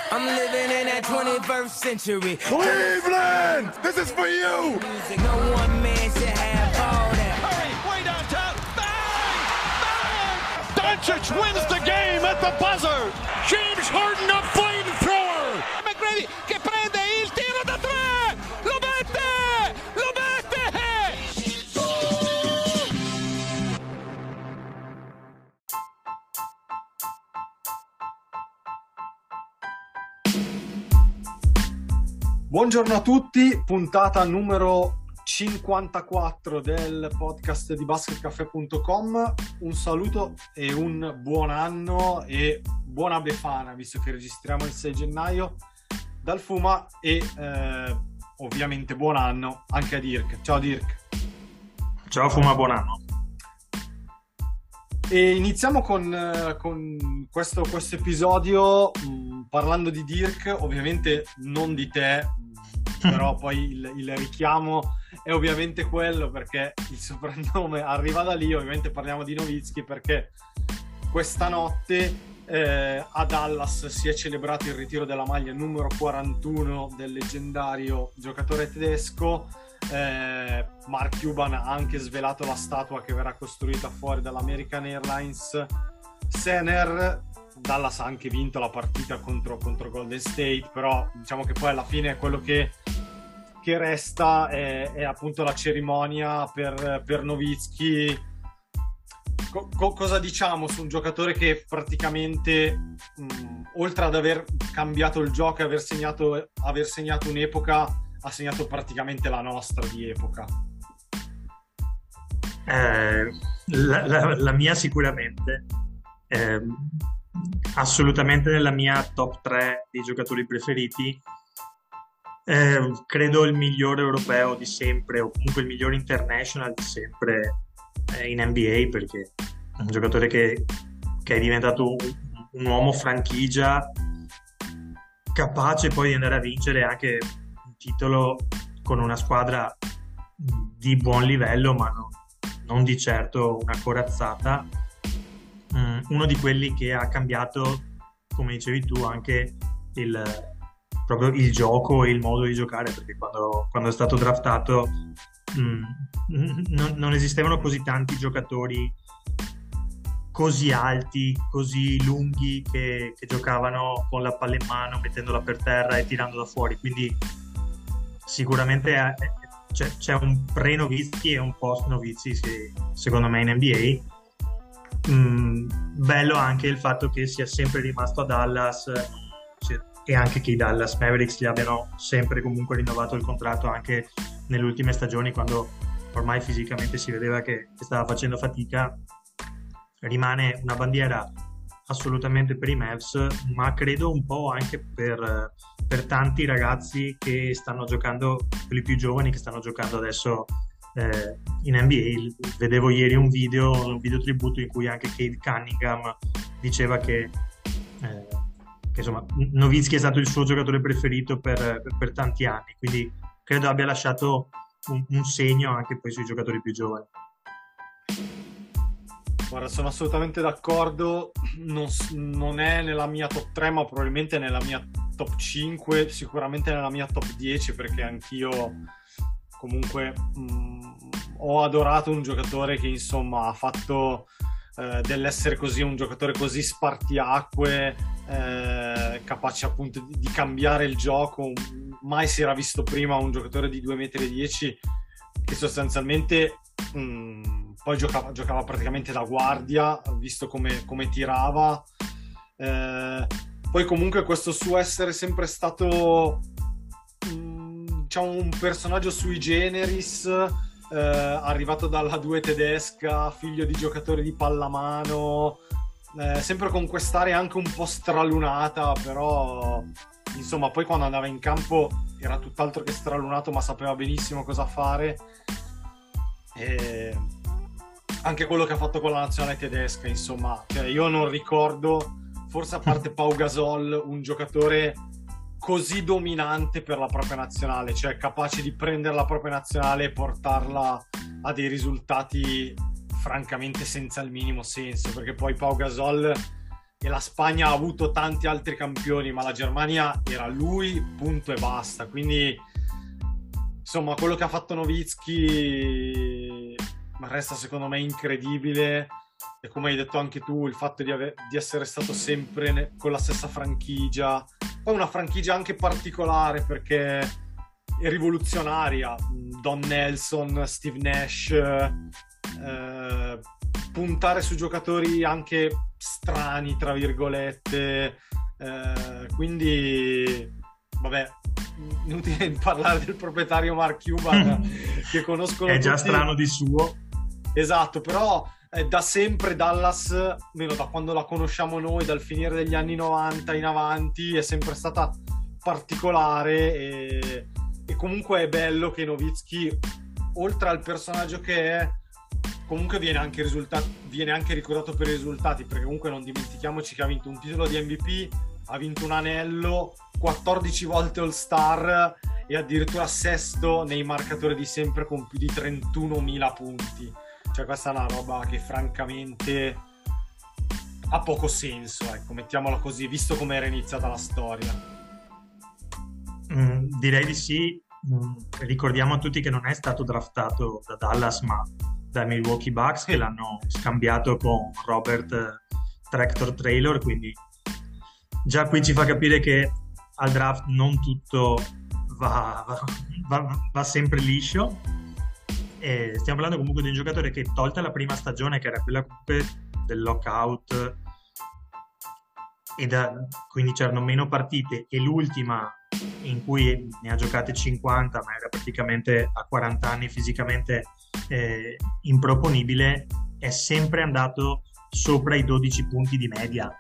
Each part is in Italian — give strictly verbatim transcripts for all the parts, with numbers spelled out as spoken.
I'm living in that twenty-first century. Cleveland, this is for you. No one man should have all that. Hurry, way downtown. Bang! Bang! Doncic wins the game at the buzzer. James Harden, a flamethrower. McGrady che prende il tiro da tre. Lo mette! Lo mette! Buongiorno a tutti, puntata numero cinquantaquattro del podcast di basketcaffè punto com. Un saluto e un buon anno e buona Befana, visto che registriamo il sei gennaio dal Fuma, e eh, ovviamente buon anno anche a Dirk. Ciao Dirk. Ciao Fuma, buon anno. E iniziamo con, con questo, questo episodio mh, parlando di Dirk, ovviamente non di te, però poi il, il richiamo è ovviamente quello perché il soprannome arriva da lì. Ovviamente parliamo di Nowitzki perché questa notte eh, a Dallas si è celebrato il ritiro della maglia numero quarantuno del leggendario giocatore tedesco. Eh, Mark Cuban ha anche svelato la statua che verrà costruita fuori dall'American Airlines Center. Dallas ha anche vinto la partita contro, contro Golden State, però diciamo che poi alla fine quello che, che resta è, è appunto la cerimonia per, per Nowitzki. Co- co- cosa diciamo su un giocatore che praticamente mh, oltre ad aver cambiato il gioco e aver segnato, aver segnato un'epoca, ha segnato praticamente la nostra di epoca? Eh, la, la, la mia sicuramente, eh, assolutamente nella mia top tre dei giocatori preferiti. Eh, credo il migliore europeo di sempre, o comunque il migliore international di sempre eh, in N B A, perché è un giocatore che, che è diventato un, un uomo franchigia, capace poi di andare a vincere anche titolo con una squadra di buon livello, ma non, non di certo una corazzata. Mm, uno di quelli che ha cambiato, come dicevi tu, anche il, proprio il gioco e il modo di giocare, perché quando, quando è stato draftato mm, non, non esistevano così tanti giocatori così alti, così lunghi, che, che giocavano con la palla in mano, mettendola per terra e tirando da fuori, quindi sicuramente è, c'è, c'è un pre-Nowitzki e un post-Nowitzki secondo me in N B A. Mm, bello anche il fatto che sia sempre rimasto a Dallas e anche che i Dallas Mavericks gli abbiano sempre comunque rinnovato il contratto anche nelle ultime stagioni, quando ormai fisicamente si vedeva che, che stava facendo fatica. Rimane una bandiera assolutamente per i Mavs, ma credo un po' anche per, per tanti ragazzi che stanno giocando, quelli più giovani che stanno giocando adesso eh, in N B A. Vedevo ieri un video, un video tributo in cui anche Cade Cunningham diceva che, eh, che insomma Nowitzki è stato il suo giocatore preferito per, per, per tanti anni, quindi credo abbia lasciato un, un segno anche poi sui giocatori più giovani. Guarda, sono assolutamente d'accordo. Non, non è nella mia top tre, ma probabilmente nella mia top cinque, sicuramente nella mia top dieci, perché anch'io comunque mh, ho adorato un giocatore che insomma ha fatto eh, dell'essere così un giocatore così spartiacque, eh, capace appunto di, di cambiare il gioco. Mai si era visto prima un giocatore di due virgola dieci metri che sostanzialmente mh, poi giocava, giocava praticamente da guardia, visto come, come tirava. Eh, poi comunque questo suo essere sempre stato mh, diciamo un personaggio sui generis, eh, arrivato dalla due tedesca, figlio di giocatori di pallamano, eh, sempre con quest'area anche un po' stralunata, però insomma poi quando andava in campo era tutt'altro che stralunato, ma sapeva benissimo cosa fare. E anche quello che ha fatto con la nazionale tedesca, insomma, cioè io non ricordo, forse a parte Pau Gasol, un giocatore così dominante per la propria nazionale, cioè capace di prendere la propria nazionale e portarla a dei risultati francamente senza il minimo senso, perché poi Pau Gasol e la Spagna ha avuto tanti altri campioni, ma la Germania era lui, punto e basta. Quindi insomma quello che ha fatto Nowitzki resta secondo me incredibile, e come hai detto anche tu, il fatto di, ave- di essere stato sempre ne- con la stessa franchigia, poi una franchigia anche particolare perché è rivoluzionaria. Don Nelson, Steve Nash, eh, puntare su giocatori anche strani tra virgolette, eh, quindi vabbè, inutile parlare del proprietario Mark Cuban che conoscono è già tutti. Strano di suo, esatto, però eh, da sempre Dallas, almeno da quando la conosciamo noi, dal finire degli anni novanta in avanti, è sempre stata particolare, e, e comunque è bello che Nowitzki, oltre al personaggio che è, comunque viene anche, risultato, viene anche ricordato per i risultati, perché comunque non dimentichiamoci che ha vinto un titolo di M V P, ha vinto un anello, quattordici volte All-Star e addirittura sesto nei marcatori di sempre con più di trentunomila punti. Cioè questa è una roba che francamente ha poco senso, ecco, mettiamola così, visto come era iniziata la storia. Mm, direi di sì. Mm, ricordiamo a tutti che non è stato draftato da Dallas ma dai Milwaukee Bucks, che l'hanno scambiato con Robert Tractor Traylor, quindi già qui ci fa capire che al draft non tutto va, va, va, va sempre liscio. E stiamo parlando comunque di un giocatore che, tolta la prima stagione, che era quella comunque del lockout, e da, quindi c'erano meno partite, e l'ultima in cui ne ha giocate cinquanta, ma era praticamente a quaranta anni fisicamente eh, improponibile, è sempre andato sopra i dodici punti di media,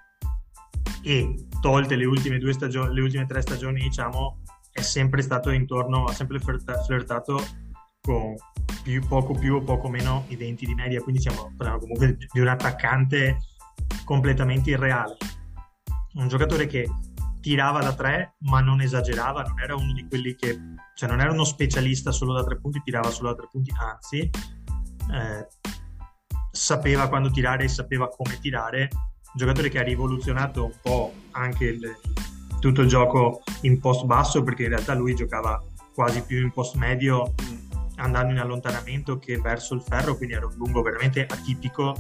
e tolte le ultime due stagioni, le ultime tre stagioni, diciamo, è sempre stato intorno, ha sempre flirtato con più, poco più o poco meno i venti di media, quindi siamo parlando comunque di un attaccante completamente irreale, un giocatore che tirava da tre ma non esagerava, non era uno di quelli che, cioè non era uno specialista solo da tre punti, tirava solo da tre punti, anzi eh, sapeva quando tirare e sapeva come tirare, un giocatore che ha rivoluzionato un po' anche il, tutto il gioco in post basso, perché in realtà lui giocava quasi più in post medio andando in allontanamento che verso il ferro, quindi era un lungo veramente atipico.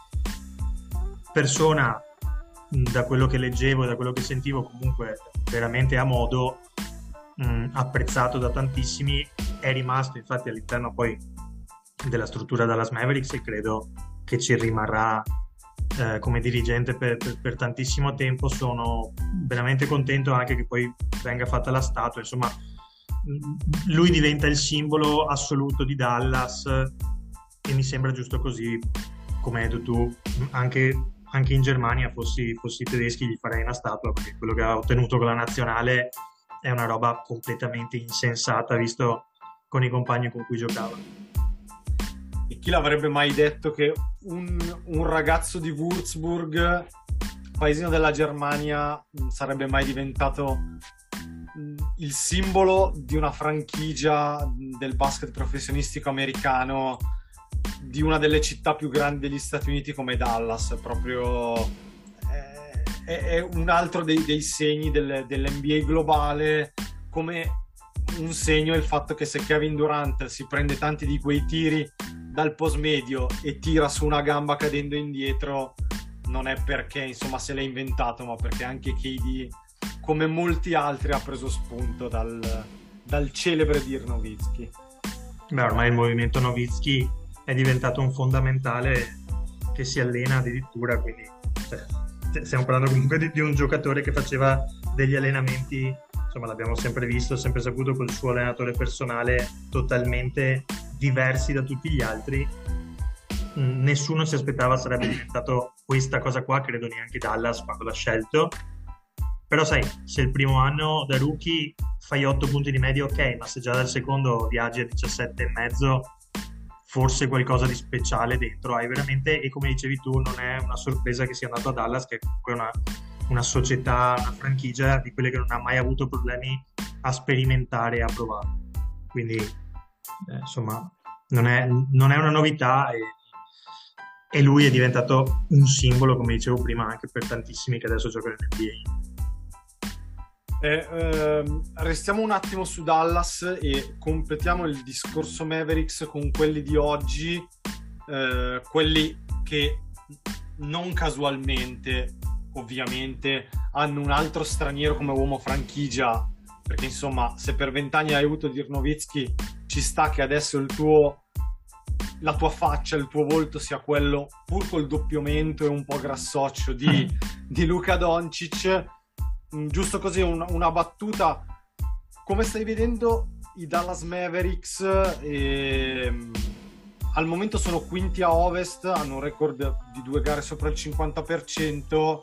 Persona, da quello che leggevo, da quello che sentivo, comunque veramente a modo, mh, apprezzato da tantissimi, è rimasto infatti all'interno poi della struttura Dallas Mavericks, e credo che ci rimarrà eh, come dirigente per, per, per tantissimo tempo. Sono veramente contento anche che poi venga fatta la statua, insomma lui diventa il simbolo assoluto di Dallas, e mi sembra giusto così, come hai detto tu, anche anche in Germania fossi, fossi tedeschi gli farei una statua, perché quello che ha ottenuto con la nazionale è una roba completamente insensata, visto con i compagni con cui giocava. E chi l'avrebbe mai detto che un, un ragazzo di Würzburg, paesino della Germania, sarebbe mai diventato il simbolo di una franchigia del basket professionistico americano, di una delle città più grandi degli Stati Uniti come Dallas. Proprio è, è un altro dei, dei segni del, dell'N B A globale, come un segno il fatto che se Kevin Durant si prende tanti di quei tiri dal post medio e tira su una gamba cadendo indietro, non è perché insomma se l'è inventato, ma perché anche K D, come molti altri, ha preso spunto dal, dal celebre Dirk Nowitzki. Beh, ormai il movimento Nowitzki è diventato un fondamentale che si allena addirittura, quindi cioè, stiamo parlando comunque di, di un giocatore che faceva degli allenamenti, insomma l'abbiamo sempre visto, sempre saputo, col suo allenatore personale, totalmente diversi da tutti gli altri. Nessuno si aspettava sarebbe diventato questa cosa qua, credo neanche Dallas quando l'ha scelto. Però sai, se il primo anno da rookie fai otto punti di media, ok, ma se già dal secondo viaggi a diciassette e mezzo, forse qualcosa di speciale dentro hai veramente. E come dicevi tu, non è una sorpresa che sia andato a Dallas, che è comunque una, una società, una franchigia di quelle che non ha mai avuto problemi a sperimentare e a provare, quindi eh, insomma non è, non è una novità, e e lui è diventato un simbolo, come dicevo prima, anche per tantissimi che adesso giocano in N B A. Eh, ehm, restiamo un attimo su Dallas e completiamo il discorso Mavericks con quelli di oggi, eh, quelli che non casualmente, ovviamente, hanno un altro straniero come uomo franchigia, perché insomma, se per vent'anni hai avuto Dirk Nowitzki, ci sta che adesso il tuo, la tua faccia, il tuo volto sia quello, pur col doppio mento e un po' grassoccio, di, di Luka Doncic. Giusto così, una, una battuta: come stai vedendo i Dallas Mavericks? E, al momento sono quinti a Ovest, hanno un record di due gare sopra il cinquanta per cento.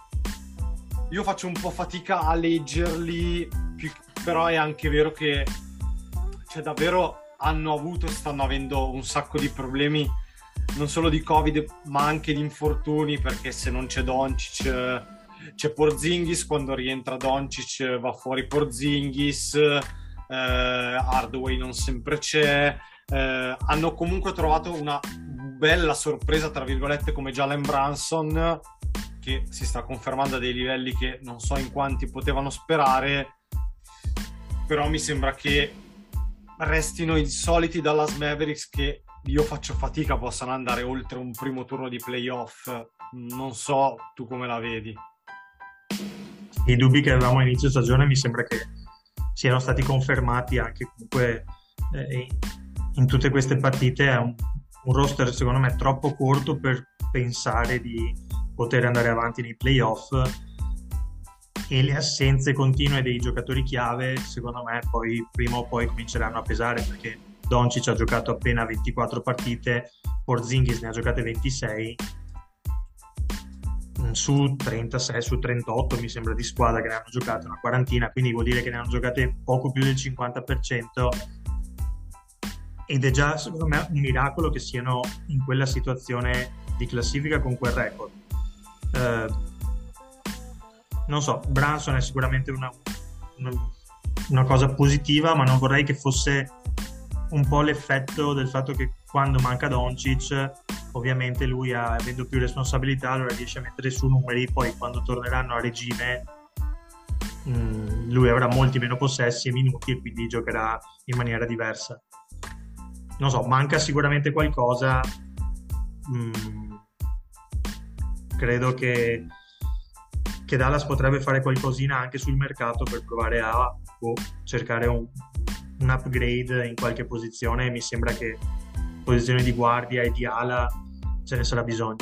Io faccio un po' fatica a leggerli, più, però è anche vero che, cioè, davvero hanno avuto e stanno avendo un sacco di problemi, non solo di Covid ma anche di infortuni, perché se non c'è Doncic c'è Porzingis, quando rientra Doncic va fuori Porzingis, eh, Hardaway non sempre c'è, eh, hanno comunque trovato una bella sorpresa tra virgolette come Jalen Brunson, che si sta confermando a dei livelli che non so in quanti potevano sperare, però mi sembra che restino i soliti Dallas Mavericks che io faccio fatica possano andare oltre un primo turno di playoff. Non so tu come la vedi. I dubbi che avevamo a inizio stagione mi sembra che siano stati confermati anche comunque eh, in tutte queste partite. È un, un roster secondo me troppo corto per pensare di poter andare avanti nei playoff, e le assenze continue dei giocatori chiave secondo me poi prima o poi cominceranno a pesare, perché Doncic ha giocato appena ventiquattro partite, Porzingis ne ha giocate ventisei su trentasei, su trentotto mi sembra di squadra che ne hanno giocate una quarantina, quindi vuol dire che ne hanno giocate poco più del cinquanta per cento, ed è già secondo me un miracolo che siano in quella situazione di classifica con quel record. Eh, non so, Brunson è sicuramente una, una, una cosa positiva, ma non vorrei che fosse un po' l'effetto del fatto che quando manca Doncic ovviamente lui, ha, avendo più responsabilità, allora riesce a mettere su numeri, poi quando torneranno a regime mh, lui avrà molti meno possessi e minuti e quindi giocherà in maniera diversa. Non so, manca sicuramente qualcosa. mh, credo che che Dallas potrebbe fare qualcosina anche sul mercato per provare a oh, cercare un, un upgrade in qualche posizione. Mi sembra che posizione di guardia e di ala ce ne sarà bisogno.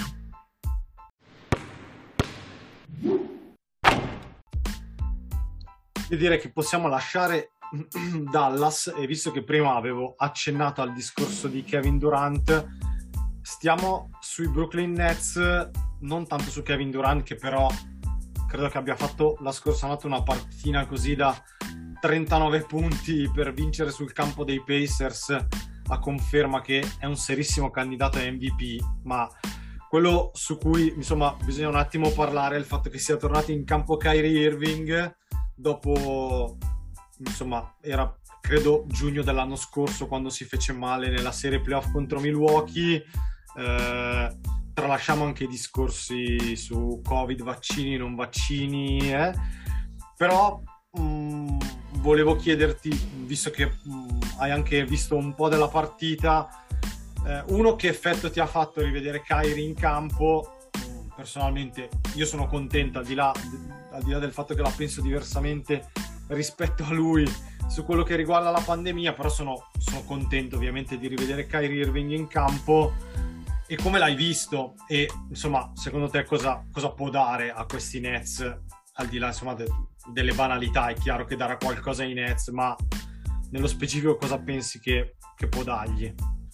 Io direi che possiamo lasciare Dallas, e visto che prima avevo accennato al discorso di Kevin Durant, stiamo sui Brooklyn Nets, non tanto su Kevin Durant, che però credo che abbia fatto la scorsa notte una partina così da trentanove punti per vincere sul campo dei Pacers, a conferma che è un serissimo candidato a M V P. Ma quello su cui insomma bisogna un attimo parlare è il fatto che sia tornato in campo Kyrie Irving dopo, insomma, era credo giugno dell'anno scorso quando si fece male nella serie playoff contro Milwaukee. Eh, tralasciamo anche i discorsi su Covid, vaccini, non vaccini, eh? Però mh, volevo chiederti, visto che mh, hai anche visto un po' della partita, eh, uno, che effetto ti ha fatto rivedere Kyrie in campo? Mh, personalmente io sono contento, al di là, al di là del fatto che la penso diversamente rispetto a lui su quello che riguarda la pandemia, però sono, sono contento ovviamente di rivedere Kyrie Irving in campo. E come l'hai visto? E insomma, secondo te cosa, cosa può dare a questi Nets, al di là insomma de, delle banalità? È chiaro che darà qualcosa ai Nets, ma nello specifico cosa pensi che, che può dargli?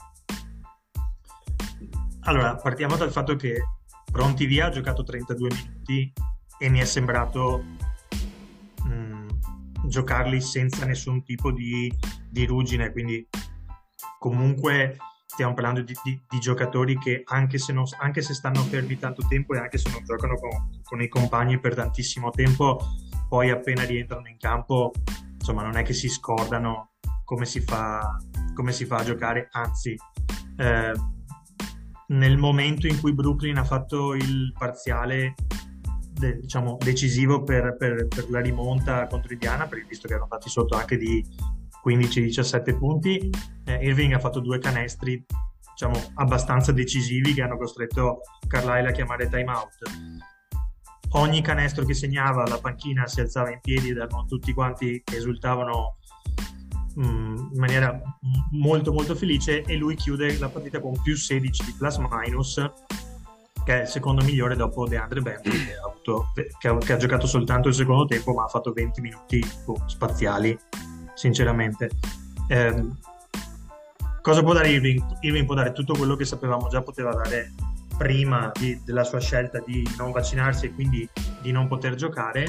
Allora, partiamo dal fatto che Pronti Via ha giocato trentadue minuti e mi è sembrato mh, giocarli senza nessun tipo di, di ruggine, quindi comunque stiamo parlando di, di, di giocatori che anche se, non, anche se stanno fermi tanto tempo e anche se non giocano con, con i compagni per tantissimo tempo, poi appena rientrano in campo, insomma, non è che si scordano come si fa, come si fa a giocare, anzi eh, nel momento in cui Brooklyn ha fatto il parziale de- diciamo decisivo per, per, per la rimonta contro Indiana, perché visto che erano andati sotto anche di quindici diciassette punti, eh, Irving ha fatto due canestri diciamo abbastanza decisivi che hanno costretto Carlisle a chiamare timeout. Ogni canestro che segnava la panchina si alzava in piedi ed erano tutti quanti che esultavano in maniera molto molto felice, e lui chiude la partita con più sedici di plus minus, che è il secondo migliore dopo DeAndre Bembry, che ha, avuto, che ha, che ha giocato soltanto il secondo tempo ma ha fatto venti minuti oh, spaziali sinceramente. Eh, cosa può dare Irving? Irving può dare tutto quello che sapevamo già poteva dare prima di, della sua scelta di non vaccinarsi e quindi di non poter giocare.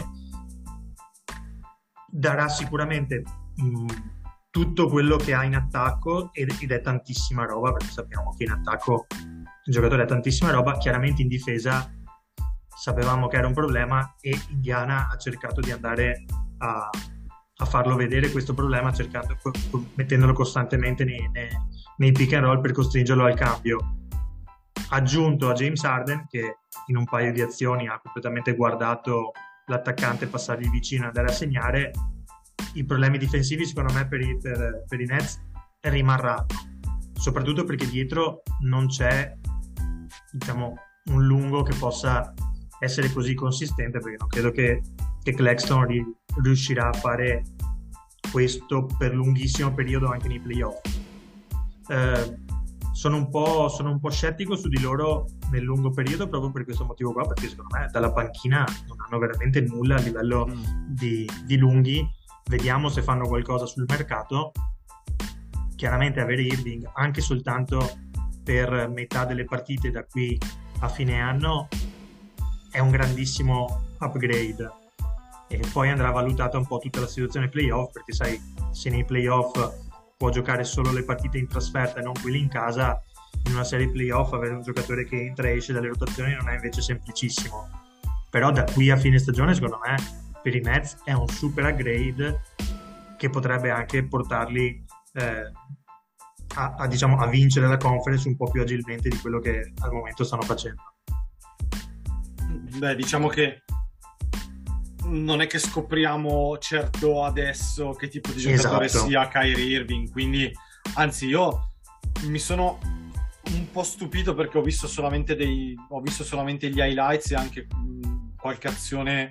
Darà sicuramente mh, tutto quello che ha in attacco, ed, ed è tantissima roba, perché sappiamo che in attacco il giocatore ha tantissima roba. Chiaramente in difesa sapevamo che era un problema e Indiana ha cercato di andare a, a farlo vedere questo problema, cercando, mettendolo costantemente nei, nei, nei pick and roll per costringerlo al cambio. Aggiunto a James Harden, che in un paio di azioni ha completamente guardato l'attaccante passargli vicino e andare a segnare, i problemi difensivi secondo me per i, per, per i Nets rimarranno, soprattutto perché dietro non c'è diciamo un lungo che possa essere così consistente, perché non credo che, che Claxton ri, riuscirà a fare questo per lunghissimo periodo anche nei playoff. Eh, sono un po' sono un po' scettico su di loro nel lungo periodo proprio per questo motivo qua, perché secondo me dalla panchina non hanno veramente nulla a livello mm. di, di lunghi. Vediamo se fanno qualcosa sul mercato. Chiaramente avere Irving anche soltanto per metà delle partite da qui a fine anno è un grandissimo upgrade, e poi andrà valutata un po' tutta la situazione playoff, perché sai, se nei playoff può giocare solo le partite in trasferta e non quelle in casa, in una serie playoff avere un giocatore che entra e esce dalle rotazioni non è invece semplicissimo. Però da qui a fine stagione secondo me per i Nets è un super upgrade che potrebbe anche portarli eh, a, a, diciamo, a vincere la conference un po' più agilmente di quello che al momento stanno facendo. Beh, diciamo che non è che scopriamo certo adesso che tipo di giocatore esatto. sia Kyrie Irving, quindi anzi io mi sono un po' stupito perché ho visto solamente dei ho visto solamente gli highlights e anche mh, qualche azione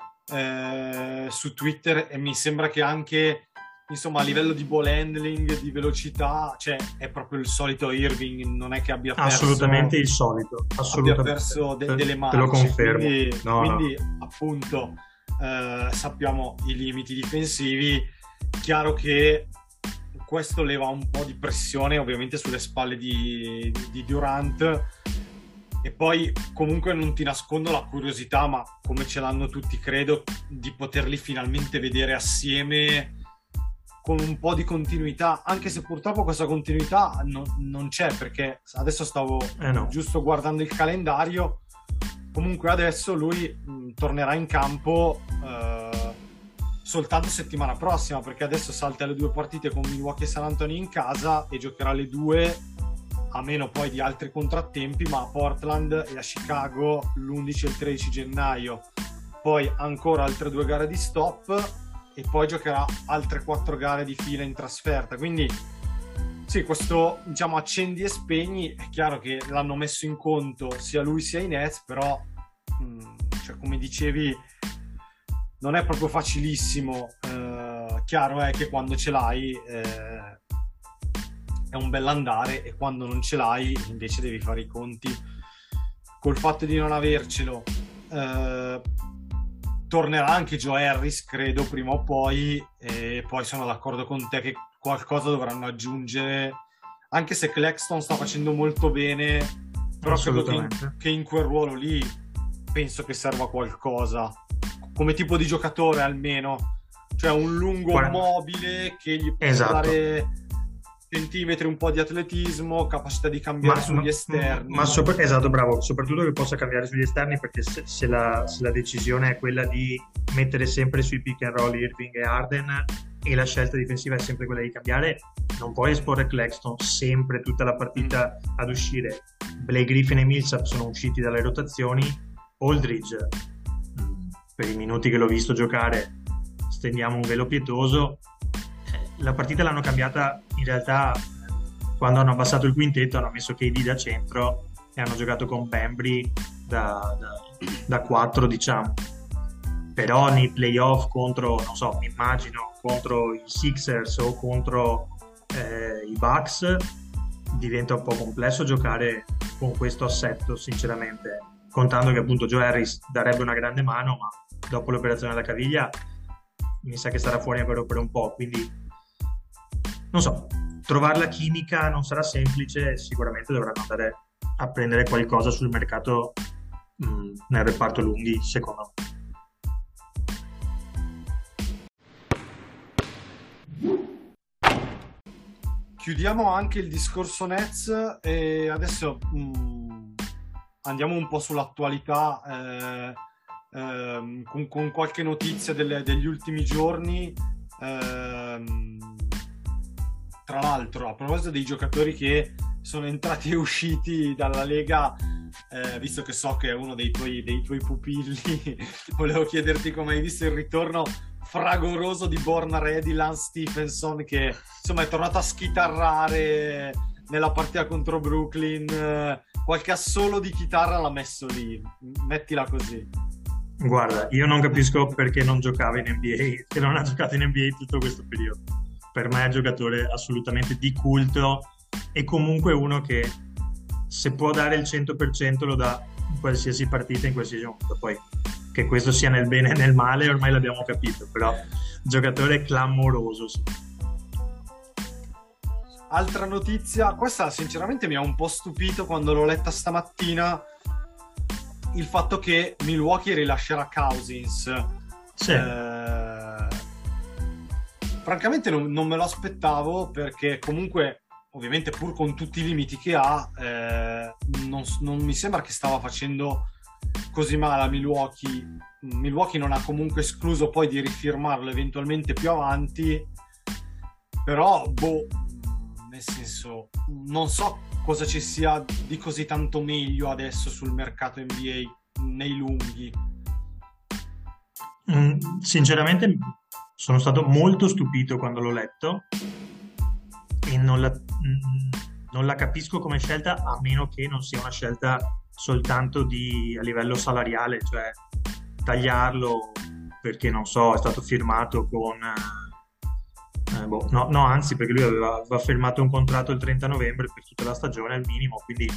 eh, su Twitter, e mi sembra che anche insomma a livello di ball handling, di velocità, cioè è proprio il solito Irving, non è che abbia perso assolutamente il solito assolutamente. abbia perso de- delle mani, te lo confermo, quindi, no, quindi no. appunto eh, sappiamo i limiti difensivi. Chiaro che questo leva un po' di pressione ovviamente sulle spalle di, di Durant, e poi comunque non ti nascondo la curiosità, ma come ce l'hanno tutti credo, di poterli finalmente vedere assieme con un po' di continuità, anche se purtroppo questa continuità no, non c'è, perché adesso stavo eh no. giusto guardando il calendario. Comunque adesso lui mh, tornerà in campo eh, soltanto settimana prossima, perché adesso salta le due partite con Milwaukee e San Antonio in casa e giocherà le due, a meno poi di altri contrattempi, ma a Portland e a Chicago l'undici e il tredici gennaio, poi ancora altre due gare di stop e poi giocherà altre quattro gare di fila in trasferta. Quindi sì, questo diciamo accendi e spegni, è chiaro che l'hanno messo in conto sia lui sia i Nets, però mh, cioè, come dicevi non è proprio facilissimo. Eh, chiaro è che quando ce l'hai eh, è un bell'andare, e quando non ce l'hai invece devi fare i conti col fatto di non avercelo. Eh, tornerà anche Joe Harris credo prima o poi, e poi sono d'accordo con te che qualcosa dovranno aggiungere, anche se Claxton sta facendo molto bene, però credo che in, che in quel ruolo lì penso che serva qualcosa come tipo di giocatore, almeno, cioè un lungo Guarda. mobile che gli può esatto. dare centimetri, un po' di atletismo, capacità di cambiare ma, sugli ma, esterni. Ma sopra, esatto, bravo, soprattutto che possa cambiare sugli esterni, perché se, se, la, se la decisione è quella di mettere sempre sui pick and roll Irving e Harden e la scelta difensiva è sempre quella di cambiare, non puoi esporre Claxton sempre tutta la partita ad uscire. Blake Griffin e Millsap sono usciti dalle rotazioni, Aldridge, per i minuti che l'ho visto giocare, stendiamo un velo pietoso. La partita l'hanno cambiata in realtà quando hanno abbassato il quintetto, hanno messo K D da centro e hanno giocato con Bembry da, da, da quattro, diciamo. Però nei playoff contro, non so, mi immagino contro i Sixers o contro eh, i Bucks diventa un po' complesso giocare con questo assetto, sinceramente, contando che appunto Joe Harris darebbe una grande mano, ma dopo l'operazione alla caviglia mi sa che sarà fuori ancora per un po', quindi non so, trovare la chimica non sarà semplice, sicuramente dovranno andare a prendere qualcosa sul mercato mh, nel reparto lunghi, secondo me. Chiudiamo anche il discorso Nets e adesso mh, andiamo un po' sull'attualità eh, eh, con, con qualche notizia delle, degli ultimi giorni. Eh, tra l'altro, a proposito dei giocatori che sono entrati e usciti dalla Lega, eh, visto che so che è uno dei tuoi, dei tuoi pupilli, volevo chiederti come hai visto il ritorno fragoroso di Borna Ready, Lance Stephenson, che insomma è tornato a schitarrare nella partita contro Brooklyn. Qualche assolo di chitarra l'ha messo lì, mettila così. Guarda, io non capisco perché non giocava in N B A, che non ha giocato in N B A tutto questo periodo. Per me è un giocatore assolutamente di culto e comunque uno che se può dare il cento per cento lo dà in qualsiasi partita, in qualsiasi momento. Poi che questo sia nel bene e nel male ormai l'abbiamo capito, però giocatore clamoroso. Sì. Altra notizia, questa sinceramente mi ha un po' stupito quando l'ho letta stamattina, il fatto che Milwaukee rilascerà Cousins. Sì. Eh, francamente non, non me lo aspettavo, perché comunque ovviamente pur con tutti i limiti che ha eh, non, non mi sembra che stava facendo così male a Milwaukee. Milwaukee non ha comunque escluso poi di rifirmarlo eventualmente più avanti, però boh, nel senso non so cosa ci sia di così tanto meglio adesso sul mercato N B A nei lunghi. Mm, sinceramente sono stato molto stupito quando l'ho letto e non la, mm, non la capisco come scelta, a meno che non sia una scelta soltanto di, a livello salariale, cioè tagliarlo perché non so, è stato firmato con eh, boh, no, no, anzi perché lui aveva, aveva firmato un contratto il trenta novembre per tutta la stagione al minimo, quindi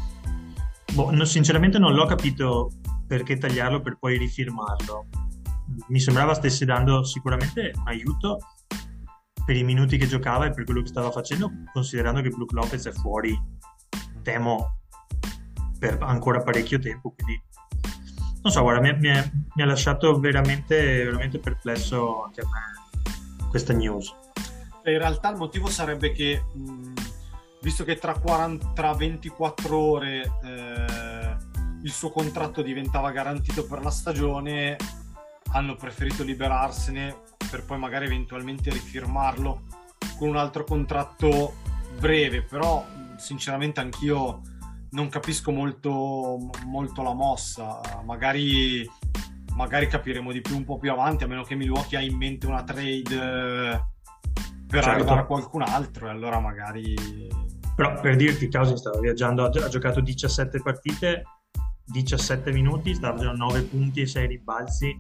boh, no, sinceramente non l'ho capito perché tagliarlo per poi rifirmarlo. Mi sembrava stesse dando sicuramente un aiuto per i minuti che giocava e per quello che stava facendo, considerando che Brook Lopez è fuori, temo, per ancora parecchio tempo, quindi non so, guarda, mi, mi, è, mi ha lasciato veramente, veramente perplesso anche a me questa news. In realtà il motivo sarebbe che mh, visto che tra, quaranta, tra ventiquattro ore eh, il suo contratto diventava garantito per la stagione, hanno preferito liberarsene per poi magari eventualmente rifirmarlo con un altro contratto breve. Però sinceramente anch'io non capisco molto, molto la mossa. Magari, magari capiremo di più un po' più avanti, a meno che Milwaukee ha in mente una trade per certo. arrivare a qualcun altro, e allora magari... Però per dirti, Cousins stava viaggiando, ha giocato diciassette partite, diciassette minuti, stava facendo nove punti e sei rimbalzi,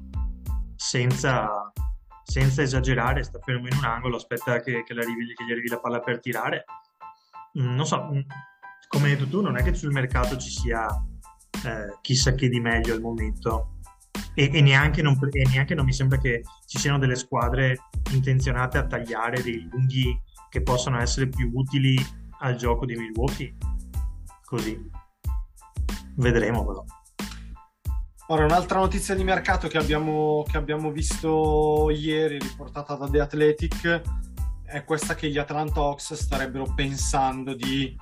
senza, senza esagerare, sta fermo in un angolo, aspetta che, che, arrivi, che gli arrivi la palla per tirare. Non so, come hai detto tu, non è che sul mercato ci sia eh, chissà che di meglio al momento. E, e, neanche non, e neanche non mi sembra che ci siano delle squadre intenzionate a tagliare dei lunghi che possano essere più utili al gioco di Milwaukee. Così vedremo però. Ora, un'altra notizia di mercato che abbiamo, che abbiamo visto ieri, riportata da The Athletic, è questa che gli Atlanta Hawks starebbero pensando di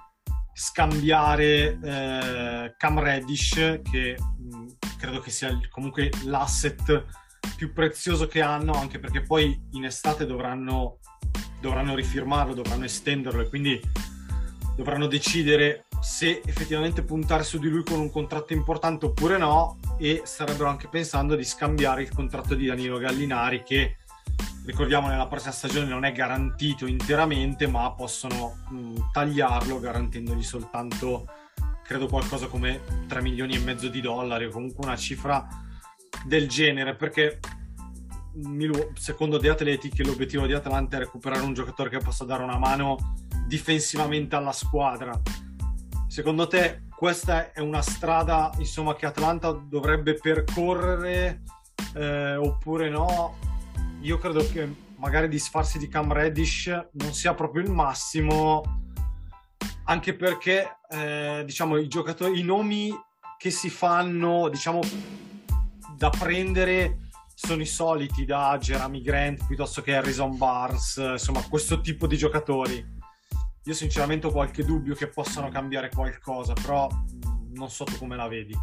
scambiare eh, Cam Reddish, che mh, credo che sia il, comunque l'asset più prezioso che hanno, anche perché poi in estate dovranno, dovranno rifirmarlo, dovranno estenderlo, e quindi dovranno decidere se effettivamente puntare su di lui con un contratto importante oppure no, e starebbero anche pensando di scambiare il contratto di Danilo Gallinari, che ricordiamo nella prossima stagione non è garantito interamente, ma possono mh, tagliarlo garantendogli soltanto credo qualcosa come tre milioni e mezzo di dollari o comunque una cifra del genere, perché secondo The Athletic l'obiettivo di Atlanta è recuperare un giocatore che possa dare una mano difensivamente alla squadra. Secondo te questa è una strada, insomma, che Atlanta dovrebbe percorrere eh, oppure no? Io credo che magari disfarsi di Cam Reddish non sia proprio il massimo, anche perché eh, diciamo i giocatori, i nomi che si fanno, diciamo, da prendere sono i soliti, da Jeremy Grant piuttosto che Harrison Barnes, insomma questo tipo di giocatori. Io sinceramente ho qualche dubbio che possano cambiare qualcosa, però non so tu come la vedi.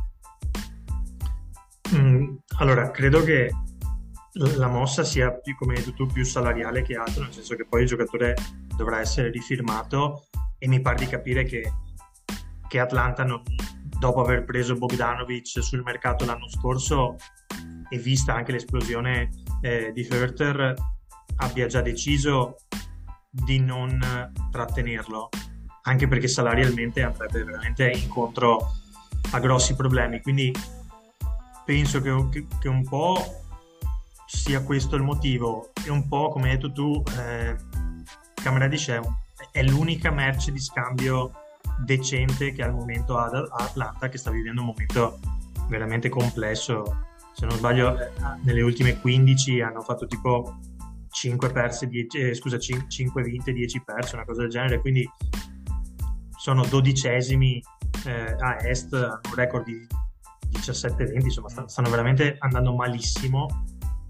Mm, allora, credo che la mossa sia più, come hai detto tu, più salariale che altro, nel senso che poi il giocatore dovrà essere rifirmato, e mi pare di capire che, che Atlanta, non, dopo aver preso Bogdanovic sul mercato l'anno scorso e vista anche l'esplosione eh, di Huerter, abbia già deciso di non trattenerlo, anche perché salarialmente andrebbe veramente incontro a grossi problemi. Quindi penso che, che, che un po' sia questo il motivo, e un po', come hai detto tu, eh, Cam Reddish è, è l'unica merce di scambio decente che al momento ha ad Atlanta, che sta vivendo un momento veramente complesso. Se non sbaglio, nelle ultime quindici hanno fatto tipo cinque perse, dieci, eh, scusa, cinque vinte, dieci perse, una cosa del genere, quindi sono dodicesimi eh, a est, hanno un record di diciassette venti, insomma stanno veramente andando malissimo,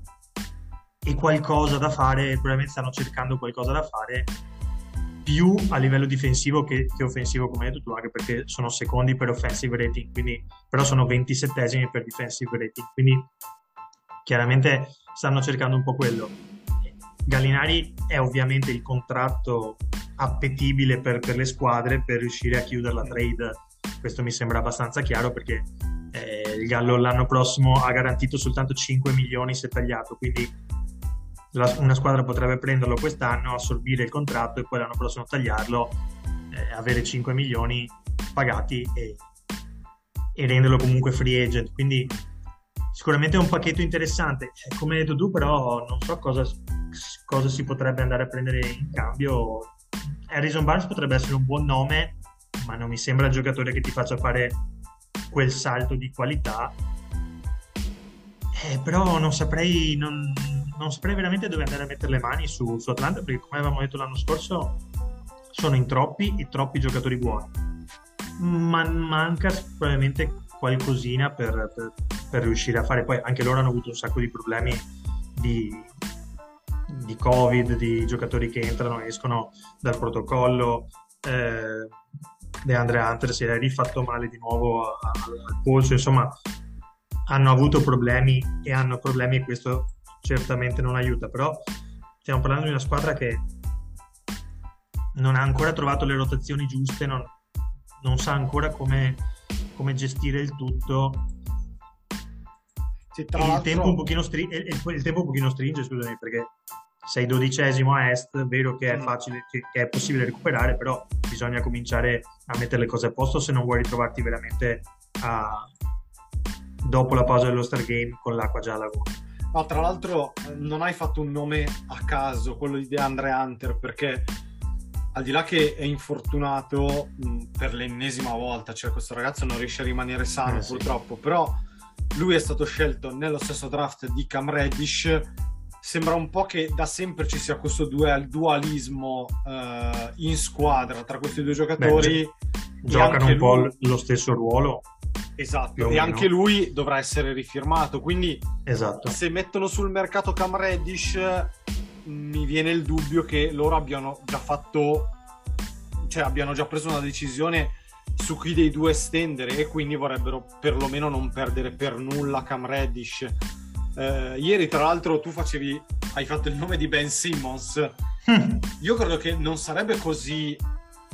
e qualcosa da fare, probabilmente stanno cercando qualcosa da fare più a livello difensivo che, che offensivo, come hai detto tu, anche perché sono secondi per offensive rating, quindi, però sono ventisettesimi per defensive rating, quindi chiaramente stanno cercando un po' quello. Gallinari è ovviamente il contratto appetibile per, per le squadre per riuscire a chiudere la trade, questo mi sembra abbastanza chiaro, perché eh, il Gallo l'anno prossimo ha garantito soltanto cinque milioni se tagliato, quindi la, una squadra potrebbe prenderlo quest'anno, assorbire il contratto e poi l'anno prossimo tagliarlo, eh, avere cinque milioni pagati e, e renderlo comunque free agent, quindi sicuramente è un pacchetto interessante. Come hai detto tu, però non so cosa, cosa si potrebbe andare a prendere in cambio. Harrison Barnes potrebbe essere un buon nome, ma non mi sembra il giocatore che ti faccia fare quel salto di qualità, eh, però non saprei non, non saprei veramente dove andare a mettere le mani su, su Atlanta, perché come avevamo detto l'anno scorso sono in troppi e troppi giocatori buoni, ma manca probabilmente qualcosina per, per, per riuscire a fare. Poi anche loro hanno avuto un sacco di problemi di, di Covid, di giocatori che entrano e escono dal protocollo. eh, DeAndre Hunter si è rifatto male di nuovo a, a, al polso, insomma hanno avuto problemi e hanno problemi e questo certamente non aiuta, però stiamo parlando di una squadra che non ha ancora trovato le rotazioni giuste, non, non sa ancora come, come gestire il tutto. Sì, tra il, l'altro... tempo un pochino stri- il, il tempo un pochino stringe, scusami, perché sei dodicesimo a est, vero che è facile, che, che è possibile recuperare, però bisogna cominciare a mettere le cose a posto se non vuoi ritrovarti veramente a, dopo la pausa dello Star Game con l'acqua già alla gola. No, tra l'altro non hai fatto un nome a caso, quello di DeAndre Hunter, perché al di là che è infortunato mh, per l'ennesima volta, cioè questo ragazzo non riesce a rimanere sano eh, purtroppo, sì. Però lui è stato scelto nello stesso draft di Cam Reddish. Sembra un po' che da sempre ci sia questo dual, dualismo uh, in squadra tra questi due giocatori. Beh, giocano un po' lui... lo stesso ruolo. Esatto, e anche lui dovrà essere rifirmato, quindi esatto. Se mettono sul mercato Cam Reddish mi viene il dubbio che loro abbiano già fatto, cioè abbiano già preso una decisione su chi dei due estendere, e quindi vorrebbero perlomeno non perdere per nulla Cam Reddish. Uh, ieri tra l'altro tu facevi hai fatto il nome di Ben Simmons. Io credo che non sarebbe così mh,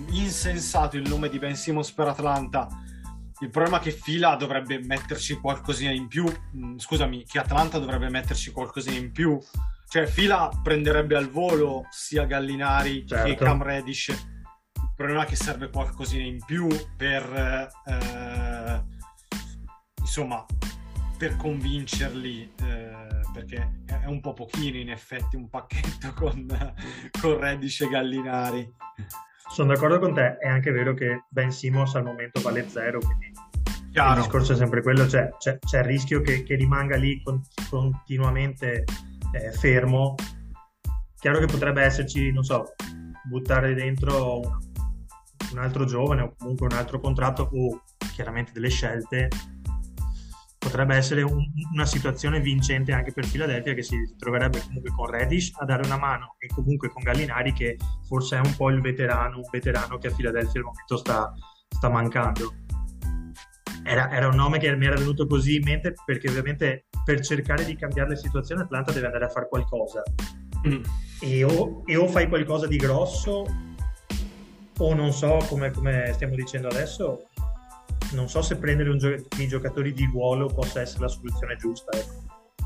insensato il nome di Ben Simmons per Atlanta. Il problema è che Fila dovrebbe metterci qualcosina in più, scusami, che Atlanta dovrebbe metterci qualcosina in più. Cioè Fila prenderebbe al volo sia Gallinari certo. che Cam Reddish. Il problema è che serve qualcosina in più per eh, insomma per convincerli, eh, perché è un po' pochino in effetti un pacchetto con, con Reddish e Gallinari. Sono d'accordo con te, è anche vero che Ben Simmons al momento vale zero, quindi Chiaro. Il discorso è sempre quello, cioè, c'è, c'è il rischio che, che rimanga lì con, continuamente eh, fermo. Chiaro che potrebbe esserci, non so, buttare dentro un, un altro giovane o comunque un altro contratto o chiaramente delle scelte. Potrebbe essere un, una situazione vincente anche per Philadelphia, che si troverebbe comunque con Reddish a dare una mano e comunque con Gallinari, che forse è un po' il veterano, un veterano che a Philadelphia al momento sta, sta mancando. Era, era un nome che mi era venuto così in mente perché ovviamente per cercare di cambiare le situazioni Atlanta deve andare a fare qualcosa. Mm. E, o, e o fai qualcosa di grosso o non so, come, come stiamo dicendo adesso, non so se prendere un gio- i giocatori di ruolo possa essere la soluzione giusta. Ecco.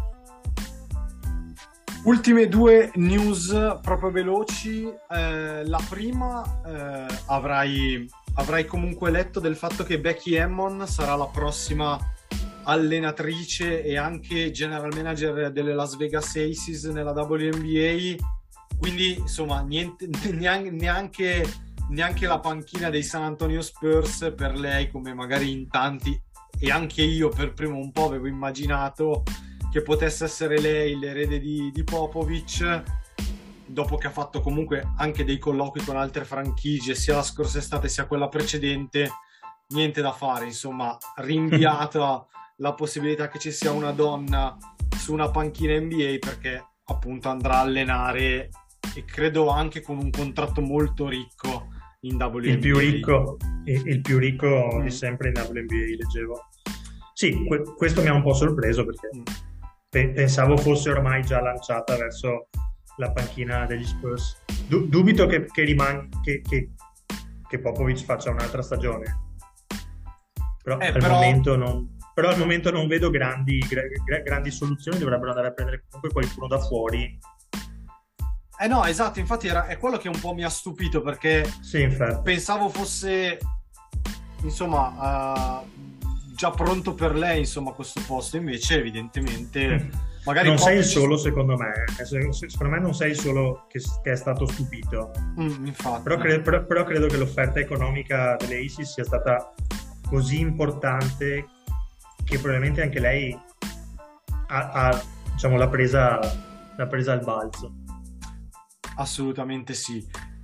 Ultime due news proprio veloci. Eh, la prima, eh, avrai, avrai comunque letto del fatto che Becky Hammon sarà la prossima allenatrice e anche general manager delle Las Vegas Aces nella W N B A, quindi insomma niente, neanche, neanche neanche la panchina dei San Antonio Spurs per lei, come magari in tanti, e anche io per primo un po' avevo immaginato che potesse essere lei l'erede di, di Popovich, dopo che ha fatto comunque anche dei colloqui con altre franchigie sia la scorsa estate sia quella precedente. Niente da fare, insomma, rinviata la possibilità che ci sia una donna su una panchina N B A, perché appunto andrà a allenare, e credo anche con un contratto molto ricco in W N B A. Il più ricco, il, il più ricco mm. di sempre in W N B A, leggevo. Sì, que- questo mi ha un po' sorpreso perché mm. pe- pensavo fosse ormai già lanciata verso la panchina degli Spurs. Du- dubito che, che, riman- che, che, che Popovich faccia un'altra stagione. Però, eh, al però... momento non... Però al momento non vedo grandi, gra- grandi soluzioni, dovrebbero andare a prendere comunque qualcuno da fuori. Eh no, esatto, infatti era, è quello che un po' mi ha stupito, perché sì, infatti. Pensavo fosse insomma uh, già pronto per lei, insomma, questo posto, invece evidentemente magari non sei il ci... solo, secondo me secondo me non sei il solo che, che è stato stupito. Mm, infatti. Però, cre- però, però credo che l'offerta economica delle Aces sia stata così importante che probabilmente anche lei ha, ha diciamo l'ha presa l'ha presa al balzo. Assolutamente sì.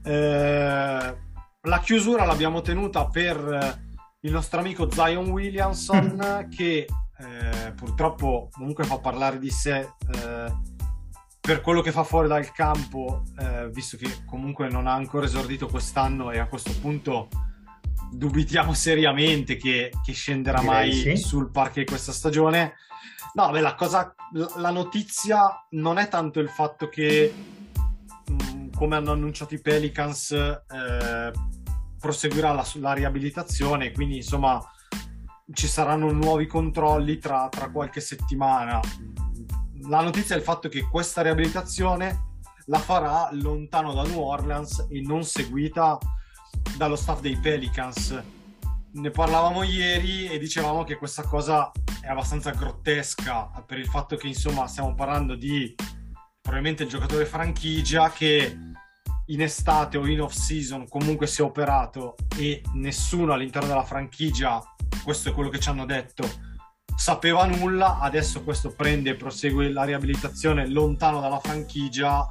Eh, la chiusura l'abbiamo tenuta per il nostro amico Zion Williamson che eh, purtroppo comunque fa parlare di sé eh, per quello che fa fuori dal campo, eh, visto che comunque non ha ancora esordito quest'anno e a questo punto dubitiamo seriamente che, che scenderà Direi mai sì. sul parquet questa stagione. No, beh, la cosa, la notizia non è tanto il fatto che, mh, come hanno annunciato i Pelicans, eh, proseguirà la, la riabilitazione, quindi insomma ci saranno nuovi controlli tra, tra qualche settimana. La notizia è il fatto che questa riabilitazione la farà lontano da New Orleans e non seguita dallo staff dei Pelicans. Ne parlavamo ieri e dicevamo che questa cosa è abbastanza grottesca, per il fatto che insomma stiamo parlando di probabilmente il giocatore franchigia che in estate o in off season comunque si è operato e nessuno all'interno della franchigia, questo è quello che ci hanno detto, sapeva nulla. Adesso questo prende e prosegue la riabilitazione lontano dalla franchigia.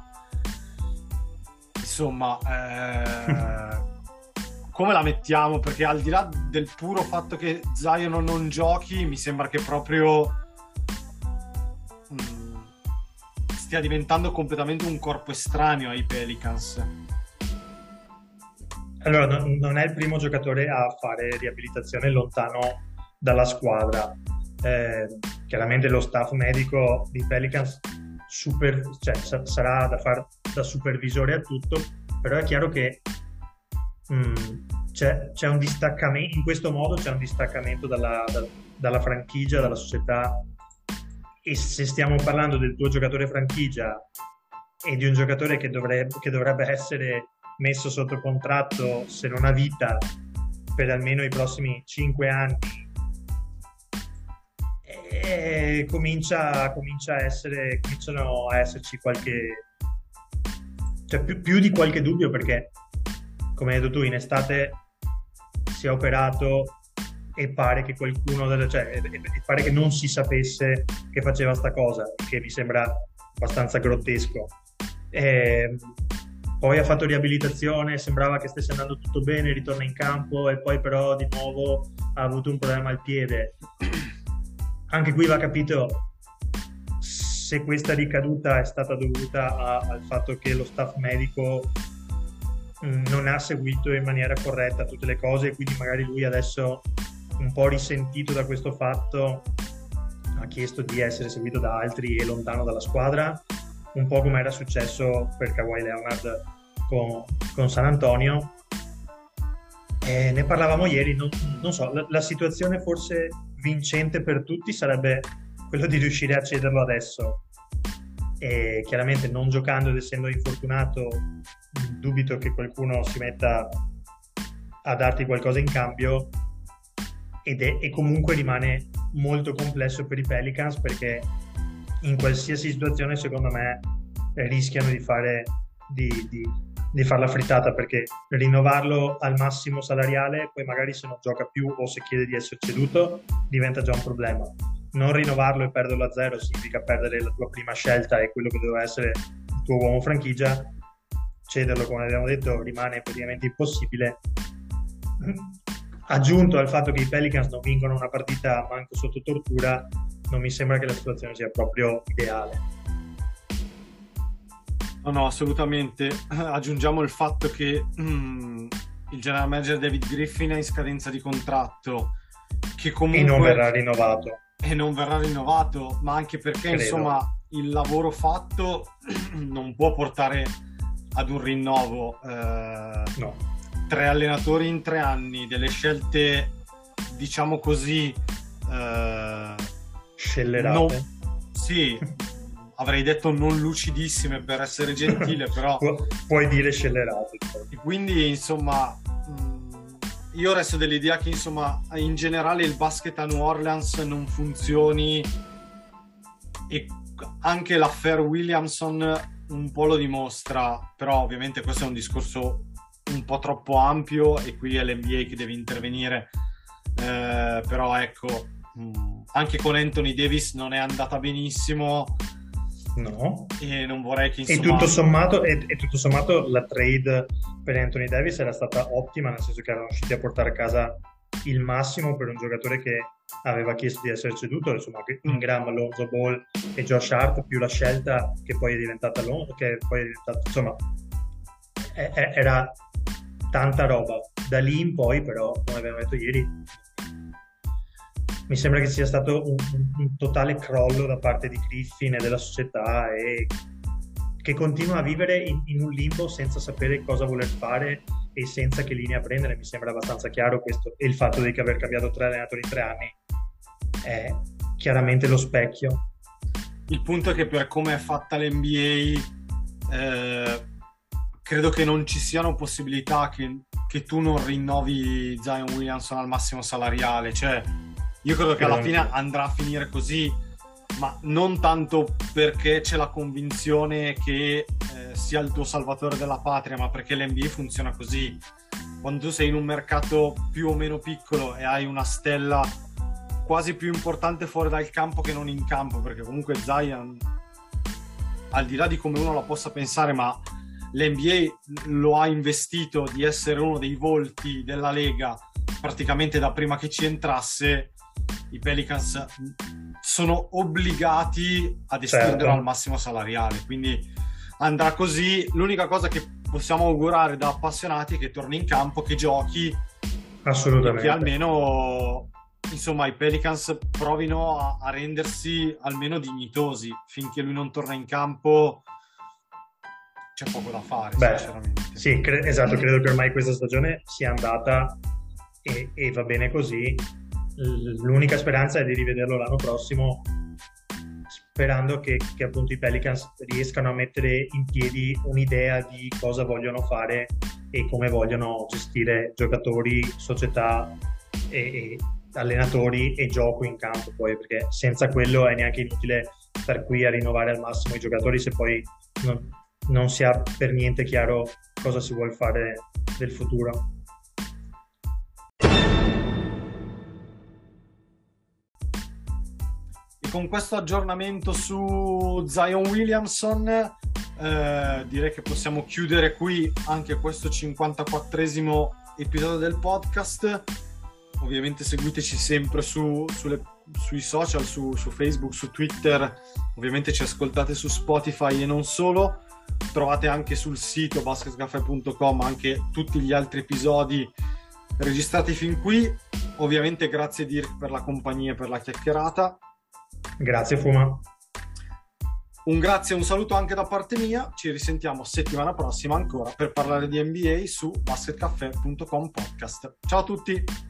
Insomma, eh, come la mettiamo? Perché al di là del puro fatto che Zion non giochi, mi sembra che proprio mh, stia diventando completamente un corpo estraneo ai Pelicans. Allora, no, non è il primo giocatore a fare riabilitazione lontano dalla squadra. Eh, chiaramente lo staff medico di Pelicans super, cioè, sa- sarà da fare da supervisore a tutto, però è chiaro che mm, c'è, c'è un distaccamento, in questo modo c'è un distaccamento dalla, da- dalla franchigia, dalla società, e se stiamo parlando del tuo giocatore franchigia e di un giocatore che dovrebbe, che dovrebbe essere messo sotto contratto, se non a vita, per almeno i prossimi cinque anni, e comincia, comincia a essere, cominciano a esserci qualche, cioè più, più di qualche dubbio, perché come hai detto tu, in estate si è operato e pare che qualcuno, delle- cioè, e- e- e pare che non si sapesse che faceva sta cosa, che mi sembra abbastanza grottesco. E poi ha fatto riabilitazione, sembrava che stesse andando tutto bene, ritorna in campo e poi però di nuovo ha avuto un problema al piede. Anche qui va capito se questa ricaduta è stata dovuta a- al fatto che lo staff medico mh, non ha seguito in maniera corretta tutte le cose, e quindi magari lui adesso, un po' risentito da questo fatto, ha chiesto di essere seguito da altri e lontano dalla squadra, un po' come era successo per Kawhi Leonard con, con San Antonio. E ne parlavamo ieri, non, non so, la, la situazione forse vincente per tutti sarebbe quello di riuscire a cederlo adesso, e chiaramente non giocando ed essendo infortunato dubito che qualcuno si metta a darti qualcosa in cambio, ed è, e comunque rimane molto complesso per i Pelicans, perché in qualsiasi situazione secondo me eh, rischiano di fare di, di, di far la frittata, perché rinnovarlo al massimo salariale, poi magari se non gioca più o se chiede di essere ceduto diventa già un problema. Non rinnovarlo e perderlo a zero significa perdere la tua prima scelta e quello che doveva essere il tuo uomo franchigia. Cederlo, come abbiamo detto, rimane praticamente impossibile. Aggiunto al fatto che i Pelicans non vincono una partita manco sotto tortura, non mi sembra che la situazione sia proprio ideale. No, no, assolutamente. Aggiungiamo il fatto che mm, il general manager David Griffin è in scadenza di contratto, che comunque E non verrà rinnovato. e non verrà rinnovato, ma anche perché Credo. insomma il lavoro fatto non può portare ad un rinnovo. Eh, No. tre allenatori in tre anni, delle scelte diciamo così eh, Scellerate. non- sì, avrei detto non lucidissime per essere gentile, però Pu- puoi dire scellerate. e quindi insomma mh, io resto dell'idea che insomma in generale il basket a New Orleans non funzioni, e anche l'affair Williamson un po' lo dimostra, però ovviamente questo è un discorso un po' troppo ampio e qui è l'N B A che deve intervenire. Eh, però ecco, mh, anche con Anthony Davis non è andata benissimo, No. e non vorrei che E insomma tutto sommato, e, e tutto sommato la trade per Anthony Davis era stata ottima, nel senso che erano riusciti a portare a casa il massimo per un giocatore che aveva chiesto di essere ceduto, insomma, che Ingram, Lonzo Ball e Josh Hart, più la scelta che poi è diventata Lonzo, che poi è diventata, insomma, è- è- era tanta roba. Da lì in poi però, come abbiamo detto ieri, mi sembra che sia stato un, un- un totale crollo da parte di Griffin e della società, e che continua a vivere in, in un limbo senza sapere cosa voler fare e senza che linea prendere. Mi sembra abbastanza chiaro questo, e il fatto di aver cambiato tre allenatori in tre anni è chiaramente lo specchio. il punto è che per come è fatta l'N B A eh, credo che non ci siano possibilità che, che tu non rinnovi Zion Williamson al massimo salariale. Cioè io credo che alla fine andrà a finire così, ma non tanto perché c'è la convinzione che eh, sia il tuo salvatore della patria, ma perché l'N B A funziona così. Quando tu sei in un mercato più o meno piccolo e hai una stella quasi più importante fuori dal campo che non in campo, perché comunque Zion, al di là di come uno la possa pensare, ma l'N B A lo ha investito di essere uno dei volti della Lega praticamente da prima che ci entrasse. I Pelicans sono obbligati ad estenderlo Certo. al massimo salariale, quindi andrà così. L'unica cosa che possiamo augurare da appassionati è che torni in campo, che giochi, Assolutamente. che almeno insomma i Pelicans provino a, a rendersi almeno dignitosi. Finché lui non torna in campo c'è poco da fare. Beh, sinceramente. Sì, cre- esatto, credo che ormai questa stagione sia andata e, e va bene così. L- l'unica speranza è di rivederlo l'anno prossimo, sperando che, che appunto i Pelicans riescano a mettere in piedi un'idea di cosa vogliono fare e come vogliono gestire giocatori, società e, e allenatori e gioco in campo, poi, perché senza quello è neanche inutile star qui a rinnovare al massimo i giocatori se poi non, non si ha per niente chiaro cosa si vuole fare del futuro. Con questo aggiornamento su Zion Williamson eh, direi che possiamo chiudere qui anche questo cinquantaquattresimo episodio del podcast. Ovviamente seguiteci sempre su, sulle, sui social, su, su Facebook, su Twitter, ovviamente ci ascoltate su Spotify e non solo, trovate anche sul sito basket caffè punto com anche tutti gli altri episodi registrati fin qui. Ovviamente grazie Dirk per la compagnia e per la chiacchierata. Grazie Fuma. Un grazie e un saluto anche da parte mia. Ci risentiamo settimana prossima ancora per parlare di N B A su basket caffè punto com podcast. Ciao a tutti.